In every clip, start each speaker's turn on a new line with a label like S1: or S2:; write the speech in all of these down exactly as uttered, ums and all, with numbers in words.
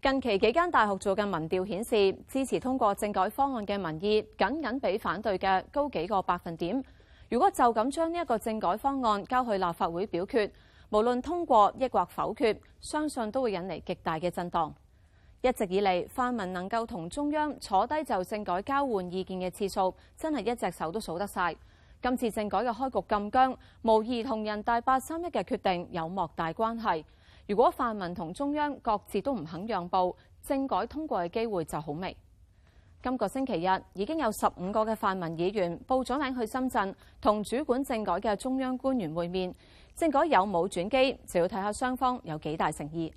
S1: 近期幾間大學做嘅民調顯示，支持通過政改方案嘅民意僅僅比反對嘅高幾個百分點。如果就咁將呢一個政改方案交去立法會表決，無論通過抑或否決，相信都會引嚟極大嘅震盪。一直以嚟，泛民能夠同中央坐低就政改交換意見嘅次數，真係一隻手都數得晒。今次政改嘅開局咁僵，無疑同人大八三一嘅決定有莫大關係。如果泛民同中央各自都唔肯讓步，政改通過嘅機會就好微。今個星期日已經有十五個嘅泛民議員報咗名去深圳同主管政改嘅中央官員會面。政改有冇轉機，就要睇下雙方有幾大誠意。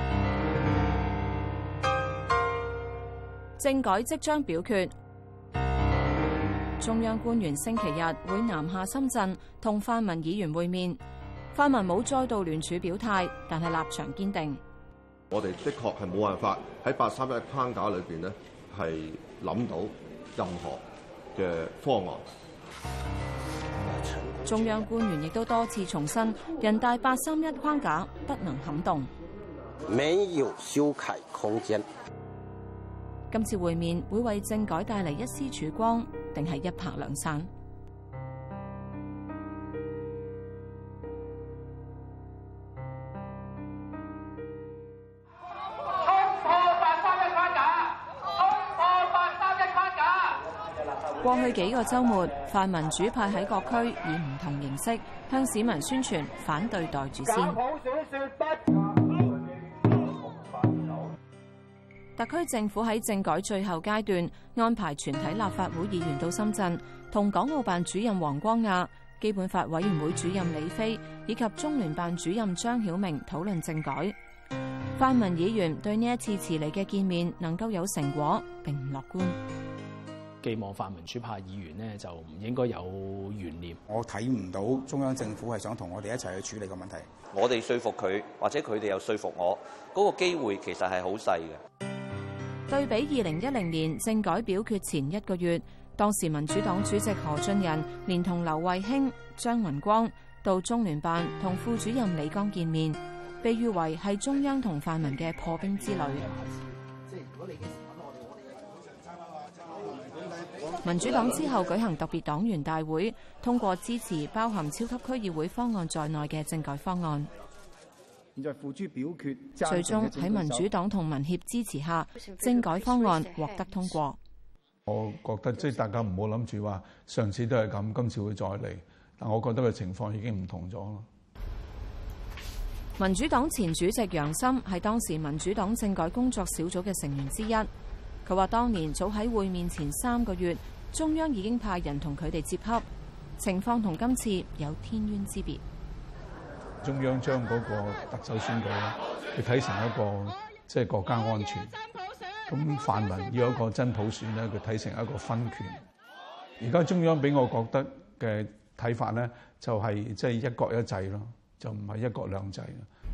S1: 政改即將表決，中央官員星期日會南下深圳同泛民議員會面。泛民冇再度聯署表態，但係立場堅定。
S2: 我哋的確係冇辦法喺八三一框架裏邊呢係諗到任何嘅方案。
S1: 中央官員亦都多次重申，人大八三一框架不能撼動，
S3: 沒有修改空間。
S1: 今次會面會為政改帶嚟一絲曙光，定係一拍兩散？過去幾個週末，泛民主派喺各區以唔同形式向市民宣傳反對袋住先。特區政府喺政改最後階段安排全體立法會議員到深圳，同港澳辦主任黃光亞、基本法委員會主任李飛以及中聯辦主任張曉明討論政改。泛民議員對呢一次遲嚟嘅見面能夠有成果並唔樂觀。
S4: 寄望泛民主派議員呢，就唔應該有懸念。
S5: 我睇唔到中央政府係想同我哋一齊去處理個問題。
S6: 我哋說服佢，或者佢哋又說服我，嗰個機會其實係好細嘅。
S1: 對比二零一零年政改表決前一個月，當時民主黨主席何俊仁連同劉慧卿、張文光到中聯辦同副主任李剛見面，被譽為係中央同泛民嘅破冰之旅。民主黨之後舉行特別黨員大會，通過支持包含超級區議會方案在內嘅政改方案。
S5: 現在付諸表決，
S1: 最終喺民主黨同民協支持下，政改方案獲得通過。
S7: 我覺得即係大家唔好諗住話上次都係咁，今次會再嚟。但我覺得個情況已經唔同咗咯。
S1: 民主黨前主席楊森係當時民主黨政改工作小組嘅成員之一。佢話當年早喺會面前三個月，中央已經派人同佢哋接洽，情況同今次有天淵之別。
S7: 中央將嗰個特首選舉咧，佢睇成一個即係國家安全。咁泛民要一個真普選咧，佢睇成一個分權。而家中央俾我覺得嘅睇法咧，就係即係一國一制咯，就唔係一國兩制。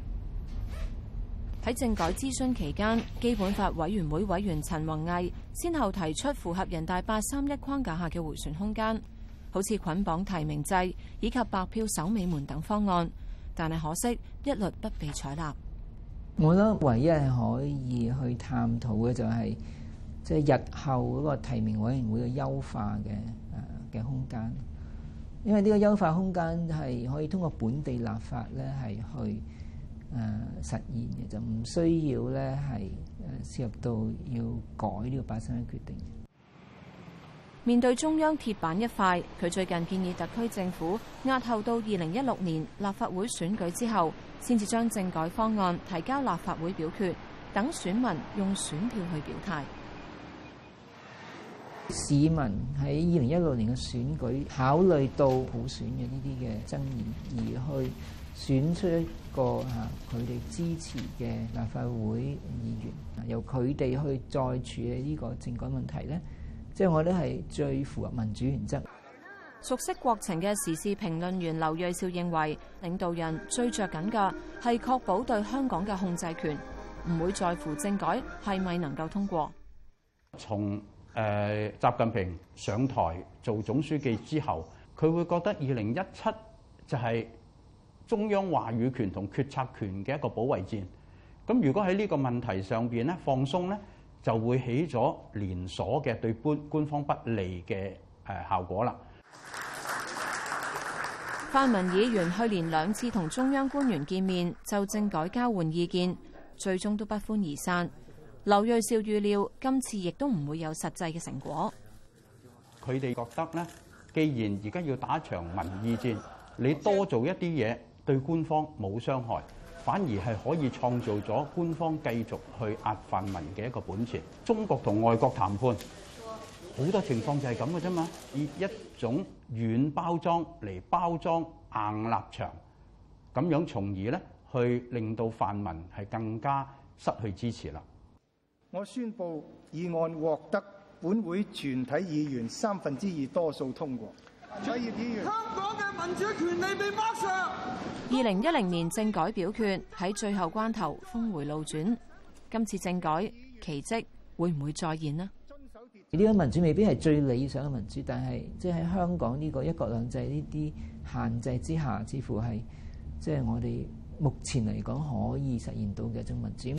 S7: 喺政改諮詢期間，基本法委員會委員陳弘毅先後提出符合人大八三一框架下嘅迴旋空間，好似捆綁提名制以及白票守尾門等方案，但係可惜一律不被採納。
S8: 我覺得唯一係可以去探討嘅就係即係日後嗰個提名委員會嘅優化嘅誒嘅空間，因為呢個優化空間係可以通過本地立法咧係去誒、呃、實現嘅，就唔需要咧係誒涉及到要改呢個八三一決定。
S1: 面對中央鐵板一塊，佢最近建議特區政府押後到二零一六年立法會選舉之後，先至將政改方案提交立法會表決，等選民用選票去表態。
S8: 市民喺二零一六年嘅選舉考慮到普選嘅呢啲嘅爭議，而去選出一個嚇佢哋支持嘅立法會議員，由佢哋去再處理呢個政改問題咧，即係我覺得係最符合民主原則。
S1: 熟悉國情嘅時事評論員劉銳紹認為，領導人最着緊嘅係確保對香港嘅控制權，唔會在乎政改係咪能夠通過。
S9: 從誒習近平上台做總書記之後，佢會覺得二零一七就係中央話語權同決策權嘅一個保衛戰。 咁如果喺呢個問題上邊咧放鬆咧，就會起咗連鎖嘅對官官方不利嘅誒效果啦。
S1: 泛民議員去年兩次同中央官員見面，就政改交換意見，最終都不歡而散。劉銳紹預料今次亦都唔會有實際嘅成果。
S9: 佢哋覺得咧，既然而家要打場民意戰，你多做一啲嘢對官方冇傷害，反而係可以創造咗官方繼續去壓泛民嘅一個本錢。中國同外國談判好多情況就係咁嘅啫嘛，以一種軟包裝嚟包裝硬立場，咁樣從而咧去令到泛民係更加失去支持啦。
S10: 我宣布議案獲得本會全體議員三分之二多數通過。蔡業議員，香港嘅民主權利被剝削。
S1: 二零一零年政改表決喺最後關頭峰回路轉，今次政改奇蹟會唔會再現呢？
S8: 呢個民主未必係最理想嘅民主，但係即係喺香港呢個一國兩制呢啲限制之下，似乎係即係我哋目前嚟講可以實現到嘅一種民主。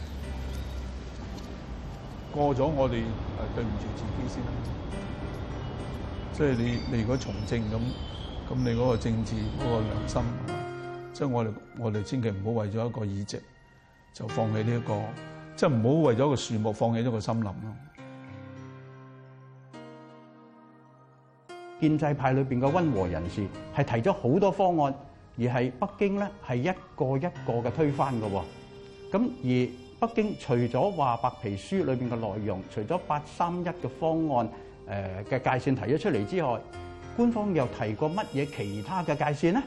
S7: 過咗我哋誒對唔住自己先啦。即係你你如果從政咁，咁你嗰個政治嗰個良心，即係我哋我哋千祈唔好為咗一個議席就放棄呢一個，即係唔好為咗個樹木放棄咗個森林咯。
S9: 建制派裏邊嘅溫和人士係提咗好多方案，而係北京咧係一個一個嘅推翻嘅喎。咁而北京除咗話白皮書裏邊嘅內容，除咗八三一嘅方案誒嘅界線提咗出嚟之外，官方又提過乜嘢其他嘅界線呢？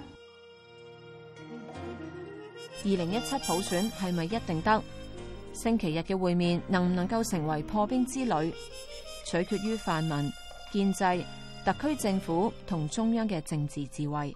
S1: 二零一七普選係咪一定得？星期日嘅會面能唔能夠成為破冰之旅，取決於泛民、建制、特區政府同中央嘅政治智慧。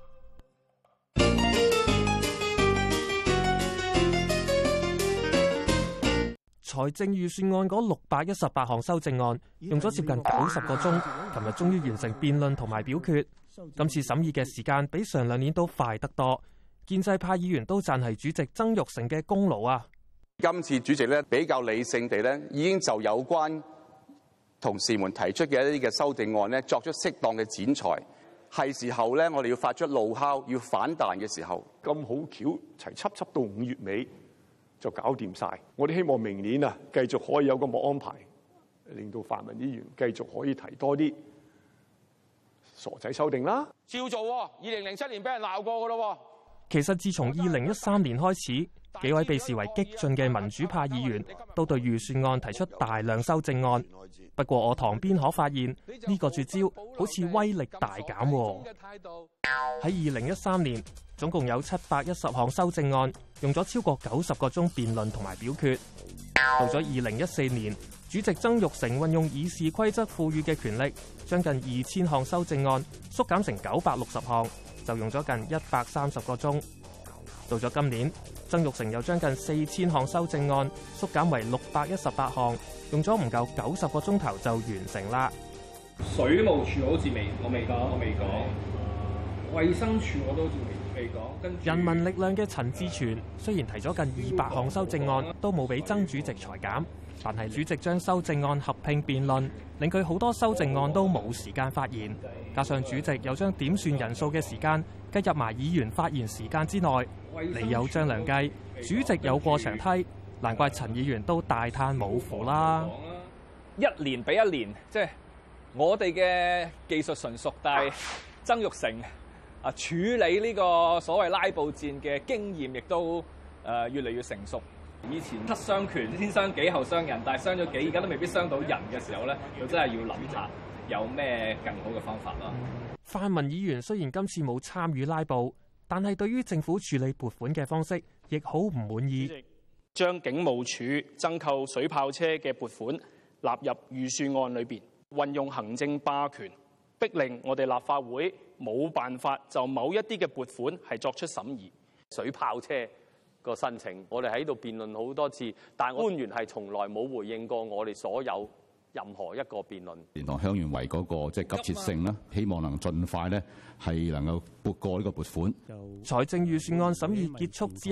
S11: 財政預算案嗰六百一十八項修正案用咗接近九十個鐘，琴日終於完成辯論同埋表決。今次審議嘅時間比上兩年都快得多，建制派議員都讚係主席曾鈺成嘅功勞啊！
S12: 今次主席咧比較理性地咧，已經就有關同事們提出嘅一啲嘅修正案咧，作出適當嘅剪裁。係時候咧，我哋要發出怒哮，要反彈嘅時候。
S13: 咁好巧，齊輯輯到五月尾就搞掂晒。我哋希望明年啊，繼續可以有咁嘅安排，令到泛民議員繼續可以提多啲傻仔修訂啦。
S14: 照做喎，二零零七年俾人鬧過噶咯。
S11: 其實自從二零一三年開始，幾位被視為激進嘅民主派議員都對預算案提出大量修正案。不過我旁邊可發現呢個絕招好似威力大減喎。喺二零一三年，總共有七百一十項修正案，用咗超過九十個鐘辯論同埋表決。到咗二零一四年，主席曾鈺成運用議事規則賦予嘅權力，將近二千項修正案縮減成九百六十項，就用咗近一百三十個鐘。到咗今年，曾鈺成又將近四千項修正案縮減為六百一十八項，用咗唔夠九十個鐘頭就完成啦。
S14: 水務署好似未，我未講，我未講。衛生署我都好似未未講。跟
S11: 人民力量嘅陳志全雖然提咗近二百項修正案，都冇俾曾主席裁減，但係主席將修正案合併辯論，令佢好多修正案都冇時間發言。加上主席又將點算人數嘅時間計入埋議員發言時間之內，你有張良計，主席有過牆梯，難怪陳議員都大嘆冇符啦。
S14: 一年比一年，即係我哋嘅技術純熟，但係曾鈺成啊處理呢個所謂拉布戰嘅經驗亦都誒越嚟越成熟。以前黑傷拳先傷己後傷人，但係傷咗己，而家都未必傷到人嘅時候咧，就真係要諗下有咩更好嘅方法啦。
S11: 泛民議員雖然今次冇參與拉布，但係對於政府處理撥款嘅方式，亦好唔滿意。
S15: 將警務處增購水炮車嘅撥款納入預算案裏邊，運用行政霸權，逼令我哋立法會冇辦法就某一啲嘅撥款係作出審議。
S16: 水炮車個申請，我哋喺度辯論好多次，但官員係從來冇回應過我哋所有任何一個辯論。
S17: 蓮塘香園圍嗰個即係急切性咧，希望能盡快咧係能夠撥過呢個撥款。
S11: 財政預算案審議結束之後，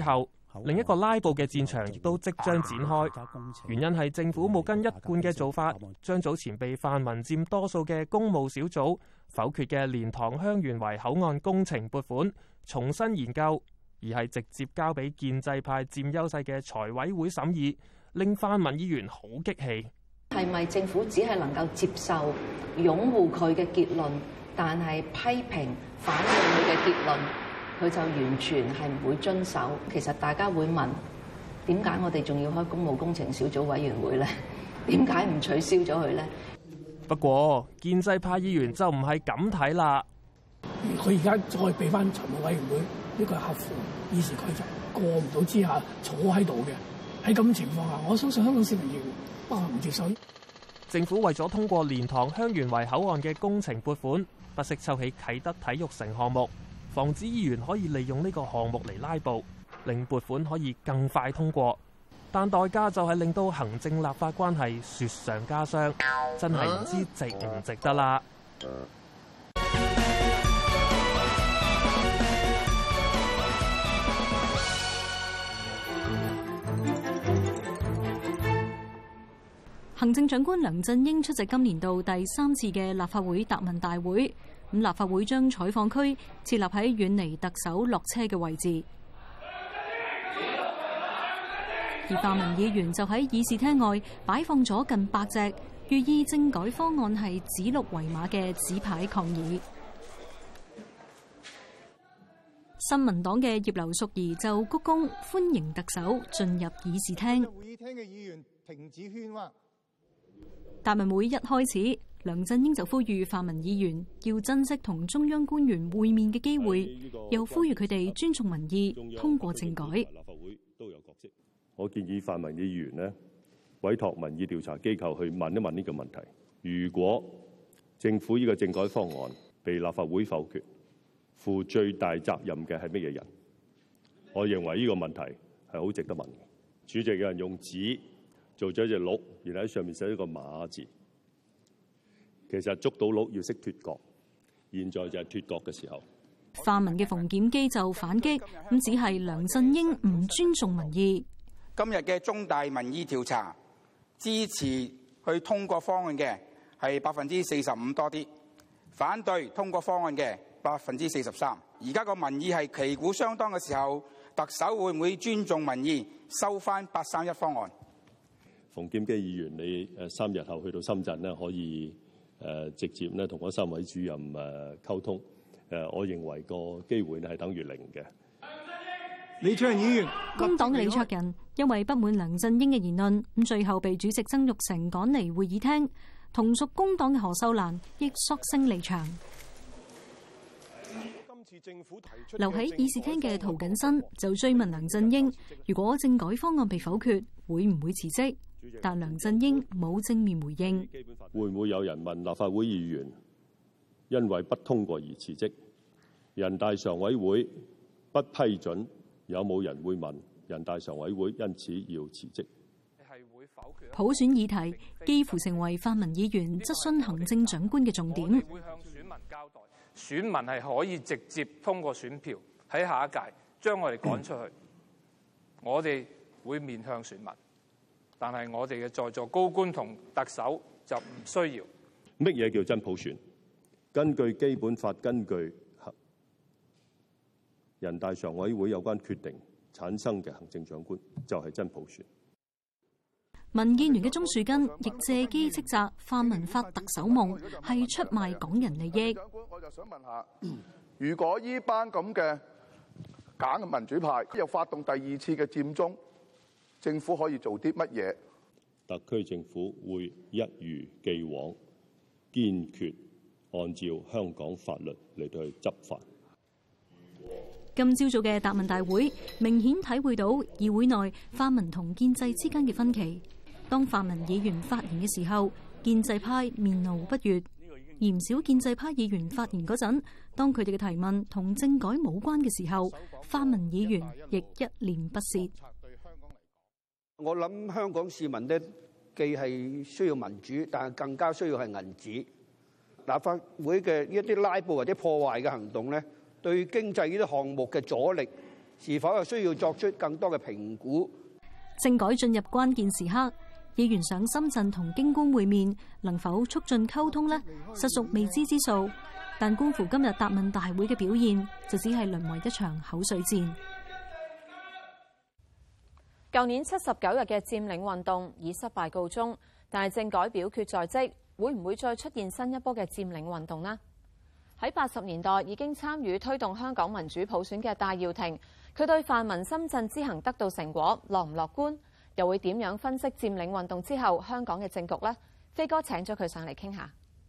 S11: 另一個拉布嘅戰場亦都即將展開，原因係政府冇跟一貫嘅做法，將早前被泛民佔多數嘅公務小組否決嘅蓮塘香園圍口岸工程撥款重新研究，而係直接交俾建制派佔優勢嘅財委會審議，令泛民議員好激氣。
S18: 係咪政府只係能夠接受擁護佢嘅結論，但係批評反對佢嘅結論，佢就完全係唔會遵守？其實大家會問，點解我哋仲要開公務工程小組委員會咧？點解唔取消咗佢咧？
S11: 不過建制派議員就唔係咁睇啦。
S19: 佢而家再俾翻財務委員會，呢個係合乎議事規則，過唔到之下坐喺度嘅。喺咁情況下，我相信香港市民要不能唔接受。
S11: 政府為咗通過蓮塘香園圍口岸嘅工程撥款，不惜抽起啟德體育城項目，防止議員可以利用呢個項目嚟拉布，令撥款可以更快通過。但代價就係令到行政立法關係雪上加霜，真係唔知值唔值得啦。
S20: 行政長官梁振英出席今年度第三次嘅立法會答問大會，咁立法會將採訪區設立喺遠離特首落車嘅位置，而泛民議員就喺議事廳外擺放咗近百隻寓意政改方案係指鹿為馬嘅紙牌抗議。新民黨嘅葉劉淑儀就鞠躬歡迎特首進入議事廳。
S10: 會議廳嘅議員停止喧譁。
S20: 答問會一開始，梁振英就呼籲泛民議員要珍惜同中央官員會面嘅機會，又呼籲佢哋尊重民意，通過政改。
S21: 立法會都有角色，我建議泛民議員呢委託民意調查機構去問一問呢個問題。如果政府呢個政改方案被立法會否決，負最大責任嘅係乜嘢人？我認為呢個問題係好值得問嘅。主席有人用紙做咗一隻鹿，然後喺上面寫咗個馬字。其實捉到鹿要識脫角，現在就係脫角嘅時候。
S20: 泛民嘅馮檢基就反擊，咁只係梁振英唔尊重民意。
S5: 今日嘅中大民意調查，支持去通過方案嘅係百分之四十五多啲，反對通過方案嘅百分之四十三。而家個民意係旗鼓相當嘅時候，特首會唔會尊重民意，收翻八三一方案？
S21: 馮檢基議員，你誒三日後去到深圳咧，可以誒直接咧同嗰三位主任誒溝通。誒，我認為個機會咧係等於零嘅。
S10: 李卓人議員，
S20: 工黨嘅李卓人因為不滿梁振英嘅言論，咁最後被主席曾鈺成趕離會議廳。同屬工黨嘅何秀蘭亦索性離場。留喺議事廳嘅涂謹申就追問梁振英，如果政改方案被否決，會唔會辭職？但梁振英冇正面回應。
S21: 會唔會有人問立法會議員因為不通過而辭職？人大常委會不批准，有冇人會問人大常委會因此要辭職？
S20: 普選議題幾乎成為泛民議員質詢行政長官嘅重點。
S22: 會向選民交代，選民係可以直接通過選票喺下一屆將我哋趕出去。我哋會面向選民，但係我哋嘅在座高官同特首就唔需要。
S21: 乜嘢叫真普選？根據基本法，根據人大常委會有關決定產生嘅行政長官就係真普選。
S20: 民建聯嘅鍾樹根亦借機斥責泛民發特首夢係出賣港人利益。
S23: 長官，我就想問下，如果依班咁嘅假嘅民主派又發動第二次嘅佔中，政府可以做啲乜嘢？
S21: 特區政府會一如既往堅決按照香港法律嚟到去執法。
S20: 今朝早嘅答問大會，明顯體會到議會內泛民同建制之間嘅分歧。當泛民議員發言嘅時候，建制派面露不悅；而唔少建制派議員發言嗰陣，當佢哋嘅提問同政改冇關嘅時候，泛民議員亦一臉不屑。
S24: 我諗香港市民呢，既係需要民主，但係更加需要係銀紙。立法會嘅一啲拉布或者破壞嘅行動呢，對經濟呢啲項目嘅阻力是否有需要作出更多嘅評估？
S20: 政改進入關鍵時刻，議員上深圳同京官會面，能否促進溝通呢？實屬未知之數。但觀乎今日答問大會嘅表現，就只係淪為一場口水戰。
S1: 舊年七十九日嘅佔領運動以失敗告終，但係政改表決在即，會唔會再出現新一波嘅佔領運動呢？喺八十年代已經參與推動香港民主普選嘅戴耀廷，佢對泛民深圳之行得到成果樂唔樂觀？又會點樣分析佔領運動之後香港嘅政局呢？飛哥請咗佢上嚟傾下。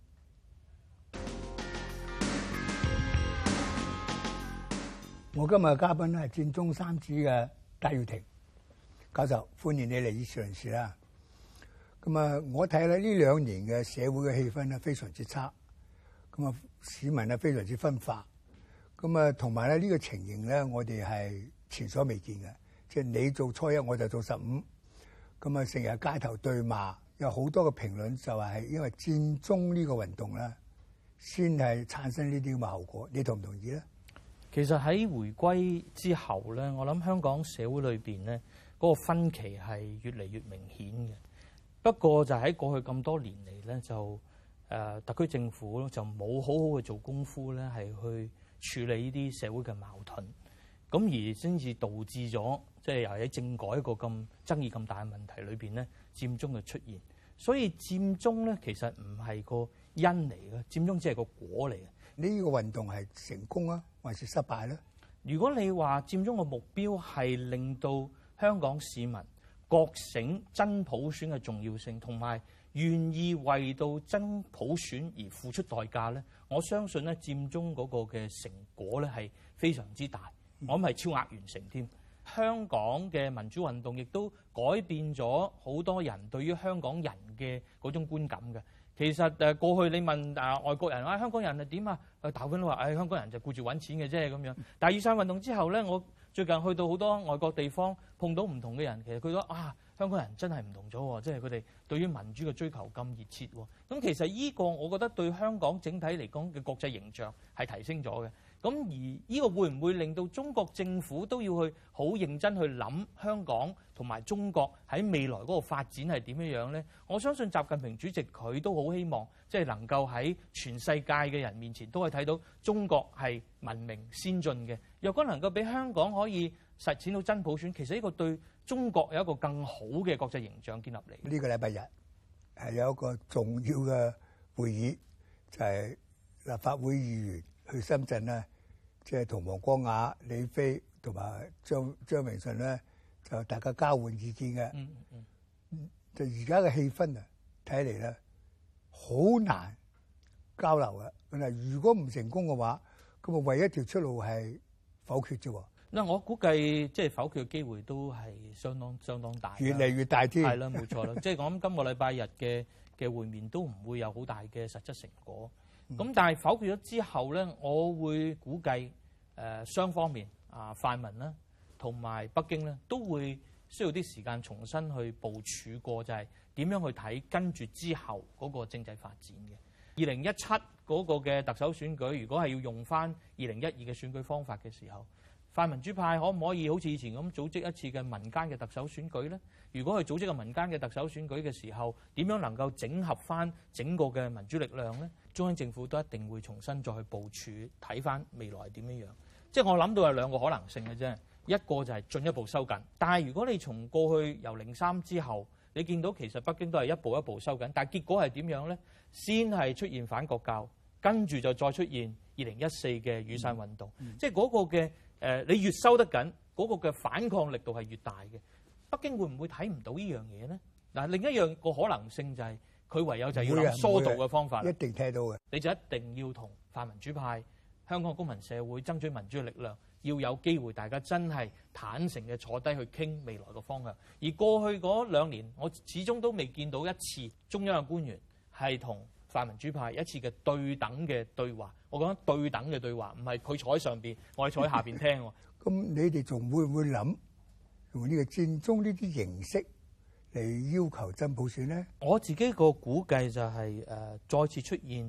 S2: 我今日嘅嘉賓咧係佔中三子嘅戴耀廷教授，歡迎你嚟議事論事啦。咁啊，我睇咧呢兩年嘅社會嘅氣氛咧非常之差，咁啊市民咧非常之分化，咁啊同埋咧呢個情形咧，我哋係前所未見嘅，即係你做初一我就做十五，咁啊成日街頭對罵，有好多嘅評論就係因為佔中呢個運動咧，先係產生呢啲咁嘅後果，你同唔同意咧？
S3: 其實喺回歸之後咧，我諗香港社會裏邊咧嗰個分歧係越嚟越明顯嘅。不過就喺過去咁多年嚟咧，就誒、呃、特區政府就冇好好去做功夫咧，係去處理呢啲社會嘅矛盾，咁而先至導致咗即係又喺政改一個咁爭議咁大嘅問題裏邊咧，佔中嘅出現。所以佔中咧其實唔係個因嚟嘅，佔中只係個果嚟嘅。
S2: 呢個運動係成功啊，還是失敗咧？
S3: 如果你話佔中嘅目標係令到香港市民覺醒真普選嘅重要性，同埋願意為到真普選而付出代價咧，我相信咧佔中嗰個嘅成果咧係非常之大，我諗係超額完成添。香港嘅民主運動亦都改變咗好多人對於香港人嘅嗰種觀感嘅。其實誒過去你問啊外國人啊香港人係點啊？誒大部分都話誒香港人就顧住揾錢嘅啫咁樣。但係雨傘運動之後咧，我最近去到好多外國地方，碰到唔同嘅人，其實佢都啊香港人真係唔同咗喎，即係佢哋對於民主嘅追求咁熱切喎。咁其實呢個我覺得對香港整體嚟講嘅國際形象係提升咗嘅。咁而呢個會唔會令到中國政府都要去好認真去諗香港同埋中國喺未來嗰個發展係點樣樣呢？我相信習近平主席佢都好希望，即係能夠喺全世界嘅人面前都可以睇到中國係文明先進嘅。若果能夠俾香港可以實踐到真普選，其實呢個對中國有一個更好嘅國際形象建立嚟。
S2: 呢個禮拜日係有一個重要嘅會議，就係立法會議員去深圳咧，即係同黃光亞、李飛同埋張張明順咧，就大家交換意見嘅。嗯嗯。就而家嘅氣氛啊，睇嚟咧好難交流嘅。嗱，如果唔成功嘅話，咁啊唯一條出路係否決啫喎。
S3: 嗱，我估計即係否決嘅機會都係相當相當大，
S2: 越嚟越大添。
S3: 係啦，冇錯啦。即係我諗今個禮拜日嘅嘅會面都唔會有好大嘅實質成果。咁、嗯、但係否決咗之後咧，我會估計誒雙方面啊泛民啦同埋北京咧都會需要啲時間重新去部署過，就係點樣去睇跟住之後嗰個政制發展嘅。二零一七嗰個嘅特首選舉，如果係要用翻二零一二嘅選舉方法嘅時候，泛民主派可唔可以好似以前咁組織一次嘅民間嘅特首選舉咧？如果係組織個民間嘅特首選舉嘅時候，點樣能夠整合翻整個嘅民主力量咧？中央政府都一定會重新再去部署，睇翻未來點樣樣。即係我諗到有兩個可能性嘅啫，一個就係進一步收緊。但係如果你從過去由零三之後，你見到其實北京都係一步一步收緊，但係結果係點樣咧？先係出現反國教，跟住就再出現二零一四嘅雨傘運動。嗯嗯、即係嗰個嘅。誒、呃，你越收得緊，嗰、那個嘅反抗力度係越大嘅。北京會唔會睇唔到呢樣嘢咧？嗱，另一樣個可能性就係、是、佢唯有就要諗疏導嘅方法。
S2: 一定睇到嘅。
S3: 你就一定要同泛民主派、香港公民社會爭取民主嘅力量，要有機會大家真係坦誠嘅坐低去傾未來嘅方向。而過去嗰兩年，我始終都未見到一次中央嘅官員係同泛民主派一次嘅對等嘅對話。我講對等嘅對話，唔係佢坐喺上邊，我係坐喺下邊聽。
S2: 咁你哋仲會唔會諗用呢個佔中呢啲形式嚟要求真普選咧？
S3: 我自己個估計就係、是、誒、呃、再次出現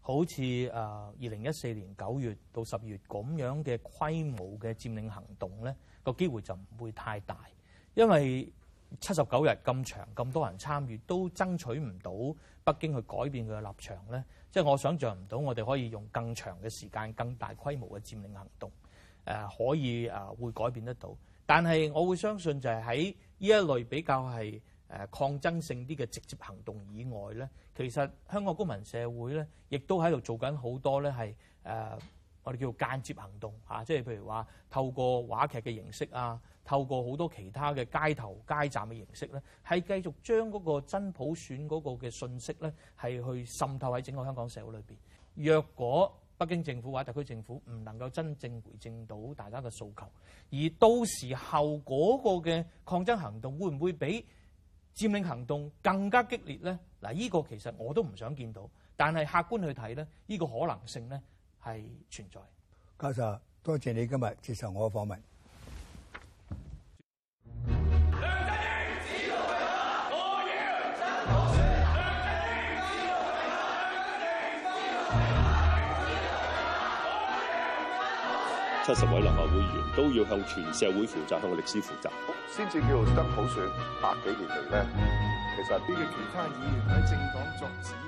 S3: 好似誒二零一四年九月到十月咁樣嘅規模嘅佔領行動咧，個機會就唔會太大，因為七十九日咁長，咁多人參與，都爭取唔到北京去改變佢嘅立場咧。即係我想像唔到，我哋可以用更長嘅時間、更大規模嘅佔領行動，誒可以誒會改變得到。但係我會相信就係喺呢一類比較係誒抗爭性啲嘅直接行動以外咧，其實香港公民社會咧，亦都喺度做緊好多咧係誒我哋叫做間接行動嚇，即係譬如話透過話劇嘅形式啊，透過好多其他嘅街頭街站嘅形式咧，係繼續將嗰個真普選嗰個嘅信息咧，係去滲透喺整個香港社會裏邊。若果北京政府或者特區政府唔能夠真正回應到大家嘅訴求，而到時候嗰個嘅抗爭行動會唔會比佔領行動更加激烈咧？嗱，呢個其實我都唔想見到，但係客觀去睇咧，呢個可能性咧係存在。
S2: 教授，多謝你今日接受我嘅訪問。
S21: 七十位立法會議員都要向全社會負責，向個歷史負責，
S23: 先至叫做真普選。百幾年嚟咧，其實
S10: 呢個其他議員喺政黨作指